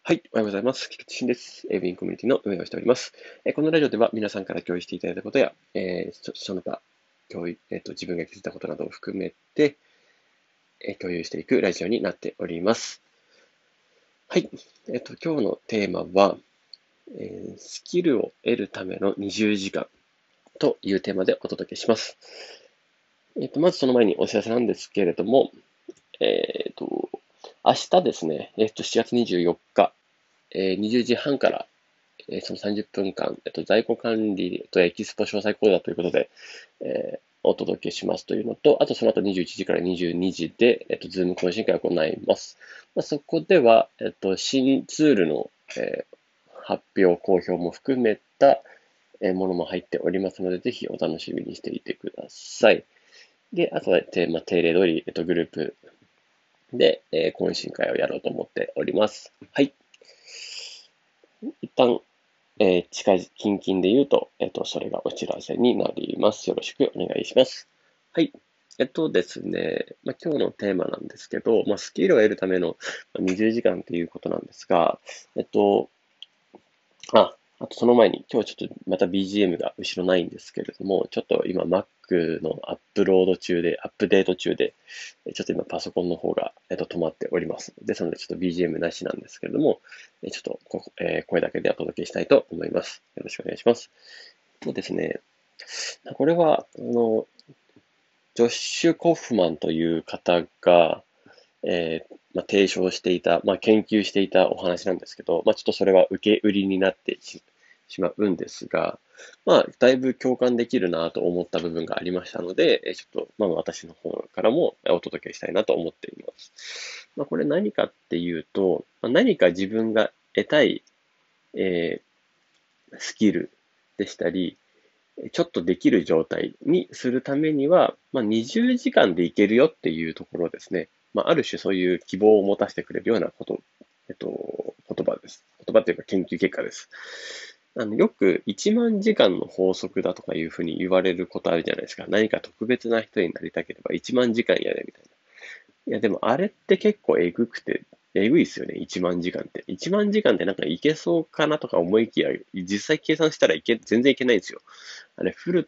はい、おはようございます。菊池慎です。ウィンコミュニティの運営をしております。このラジオでは皆さんから共有していただいたことや、その他、共有、自分が気づいたことなどを含めて、共有していくラジオになっております。はい、今日のテーマは、スキルを得るための20時間というテーマでお届けします。まずその前にお知らせなんですけれども、えっと、明日ですね、7月24日、20時半から、その30分間、在庫管理とエキスポ詳細講座ということで、お届けしますというのと、あとその後21時から22時で、ズーム懇親会を行います。そこでは、新ツールの、発表、公表も含めた、ものも入っておりますので、ぜひお楽しみにしていてください。で、あとは、定例通り、グループで、懇親会をやろうと思っております。はい。一旦、近々で言うと、それがお知らせになります。よろしくお願いします。はい。ですね、今日のテーマなんですけど、スキルを得るための20時間ということなんですが、えっと、あとその前に、今日ちょっとまた BGM が後ろないんですけれども、ちょっと今 Mac のアップデート中で、ちょっと今パソコンの方が、止まっております。ですのでちょっと BGM なしなんですけれども、ちょっと声だけでお届けしたいと思います。よろしくお願いします。そうですね、これは、ジョッシュ・コフマンという方が、提唱していた、研究していたお話なんですけど、ちょっとそれは受け売りになってしまうんですが、だいぶ共感できるなと思った部分がありましたので、ちょっと、私の方からもお届けしたいなと思っています。これ何かっていうと、何か自分が得たい、えスキルでしたり、ちょっとできる状態にするためには、20時間でいけるよっていうところですね。ある種そういう希望を持たせてくれるような言葉です。言葉っていうか研究結果です。よく1万時間の法則だとかいうふうに言われることあるじゃないですか。何か特別な人になりたければ1万時間やれみたいな。いや、でもあれって結構えぐくて、えぐいですよね、1万時間って。1万時間ってなんかいけそうかなとか思いきや、実際計算したら全然いけないんですよ。あれ、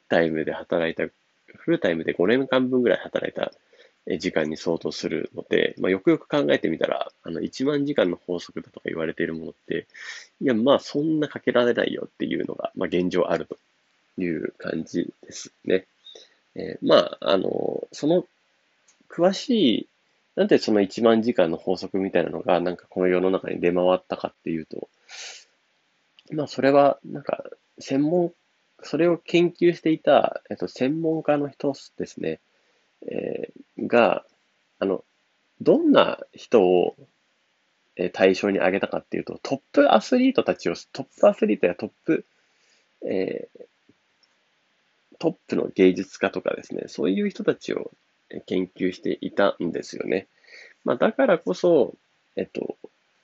フルタイムで5年間分ぐらい働いた時間に相当するので、よくよく考えてみたら、1万時間の法則だとか言われているものって、いや、そんなかけられないよっていうのが、現状あるという感じですね。その詳しい、なんでその1万時間の法則みたいなのが、なんかこの世の中に出回ったかっていうと、それは、なんか、それを研究していた、専門家の人ですね、が、あの、どんな人を対象に挙げたかっていうと、トップアスリートやえトップの芸術家とかですね、そういう人たちを研究していたんですよね。だからこそ、えっと、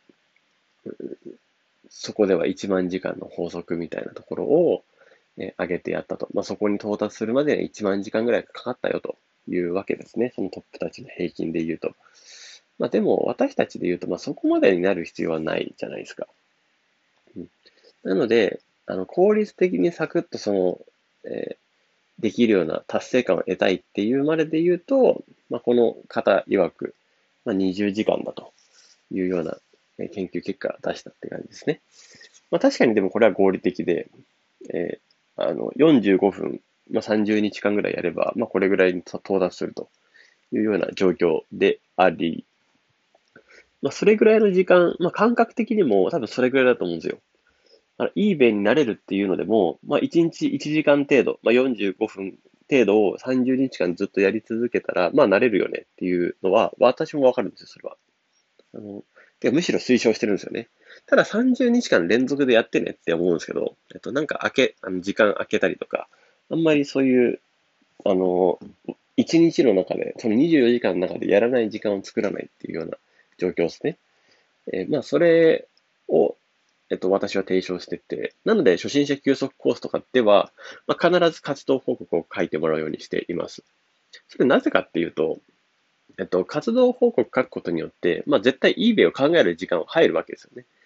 そこでは1万時間の法則みたいなところを、上げてやったと。そこに到達するまでに1万時間ぐらいかかったよというわけですね。そのトップたちの平均で言うと。でも、私たちで言うと、そこまでになる必要はないじゃないですか。うん、なので、効率的にサクッとえできるような達成感を得たいっていうまでで言うと、この方曰く、20時間だというような研究結果を出したって感じですね。確かにでもこれは合理的で、え45分、30日間ぐらいやれば、これぐらいに到達するというような状況であり、それぐらいの時間、感覚的にも多分それぐらいだと思うんですよ。いい弁になれるっていうのでも、1日1時間程度、45分程度を30日間ずっとやり続けたら、慣れるよねっていうのは、私もわかるんですよ、それは。あの、むしろ推奨してるんですよね。ただ30日間連続でやってねって思うんですけど、なんか時間空けたりとか、あんまりそういう、あの、1日の中で、その24時間の中でやらない時間を作らないっていうような状況ですね。それを、私は提唱してて、なので、初心者休息コースとかでは、必ず活動報告を書いてもらうようにしています。それなぜかっていうと、活動報告書くことによって、絶対 eBay を考える時間は入るわけですよね。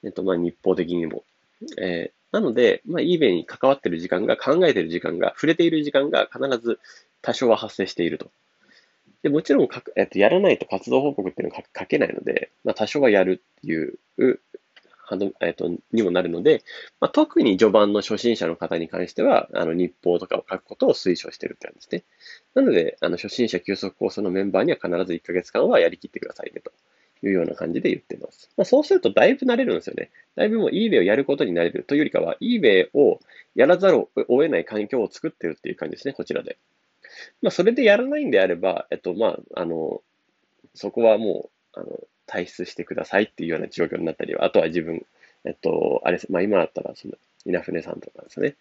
日報的にも。なので、eBay に関わっている時間が、考えている時間が、触れている時間が必ず多少は発生していると。で、もちろんやらないと活動報告っていうのは書けないので、多少はやるっていう、にもなるので、特に序盤の初心者の方に関しては、日報とかを書くことを推奨しているって感じですね。なので、初心者休息コースのメンバーには必ず1ヶ月間はやりきってくださいねというような感じで言っています。そうするとだいぶ慣れるんですよね。だいぶもう eBay をやることになれるというよりかは、eBay をやらざるを得ない環境を作ってるっていう感じですね、こちらで。それでやらないんであれば、そこはもう、退出してくださいっていうような状況になったりは、あとは自分、あれです、今だったら、稲船さんとかですね、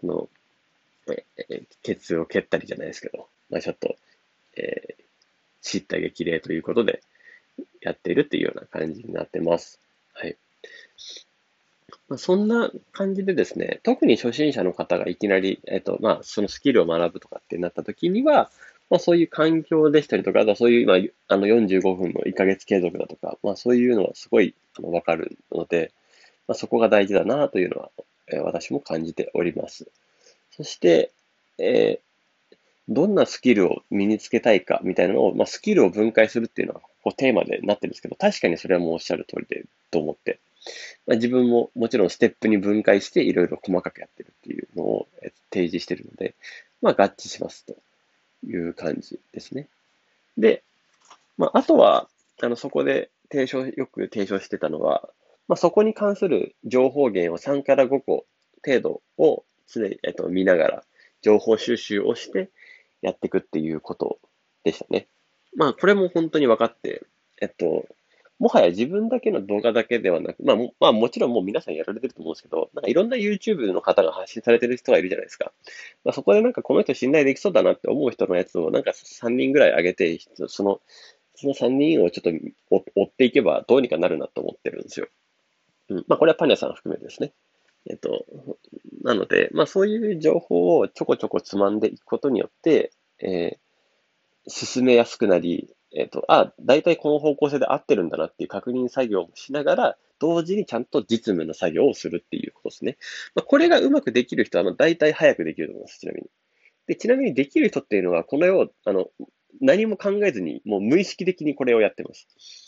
ケツを蹴ったりじゃないですけど、ちょっと、え叱咤激励ということでやっているっていうような感じになってます。はい。そんな感じでですね、特に初心者の方がいきなり、そのスキルを学ぶとかってなった時には、そういう環境でしたりとか、あとはそういう、45分の1ヶ月継続だとか、そういうのはすごい、わかるので、そこが大事だなというのは、私も感じております。そして、えどんなスキルを身につけたいかみたいなのを、スキルを分解するっていうのは、テーマでなってるんですけど、確かにそれはもうおっしゃる通りで、と思って。自分ももちろんステップに分解していろいろ細かくやってるっていうのを提示しているので、合致しますという感じですね。で、あとは、そこでよく提唱してたのは、そこに関する情報源を3から5個程度を常に、見ながら情報収集をしてやっていくっていうことでしたね。これも本当に分かって、もはや自分だけの動画だけではなく、もちろんもう皆さんやられてると思うんですけど、いろんな YouTube の方が発信されてる人がいるじゃないですか。そこでこの人信頼できそうだなって思う人のやつを3人ぐらい上げて、その3人をちょっと追っていけばどうにかなるなと思ってるんですよ。これはパン屋さん含めてですね。えっと、なので、そういう情報をちょこちょこつまんでいくことによって、進めやすくなり、大体この方向性で合ってるんだなっていう確認作業をしながら、同時にちゃんと実務の作業をするっていうことですね。これがうまくできる人は、大体早くできると思います、ちなみに。で、ちなみにできる人っていうのは、この世、何も考えずに、もう無意識的にこれをやってます。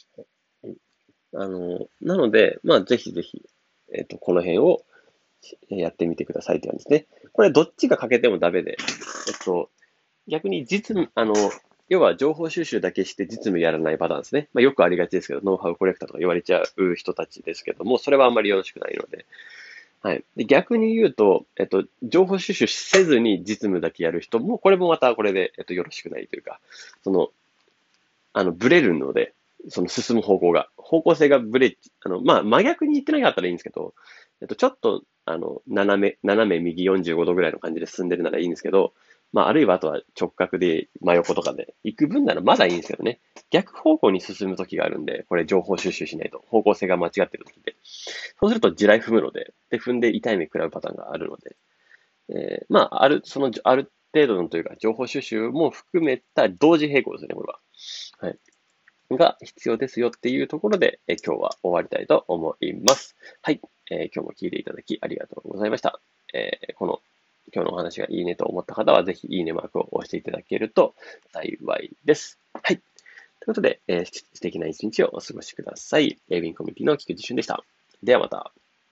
なので、ぜひぜひ、この辺をやってみてくださいって感じですね。これどっちが欠けてもダメで、逆に要は情報収集だけして実務やらないパターンですね。よくありがちですけど、ノウハウコレクターとか言われちゃう人たちですけども、それはあんまりよろしくないので。はい。で、逆に言うと、情報収集せずに実務だけやる人も、これもまたこれで、よろしくないというか、ブレるので、その進む方向性がブレ、真逆に言ってなかったらいいんですけど、ちょっと、斜め右45度ぐらいの感じで進んでるならいいんですけど、あるいはあとは直角で真横とかで行く分ならまだいいんですけどね。逆方向に進む時があるんで、これ情報収集しないと、方向性が間違ってる時で。そうすると地雷踏むので、で、踏んで痛い目食らうパターンがあるので、ある程度のというか、情報収集も含めた同時並行ですね、これは。はい。が必要ですよっていうところで、今日は終わりたいと思います。はい。今日も聞いていただきありがとうございました。今日のお話がいいねと思った方は、ぜひいいねマークを押していただけると幸いです。はい。ということで、素敵な一日をお過ごしください。ウィンコミュニティの菊池俊でした。ではまた。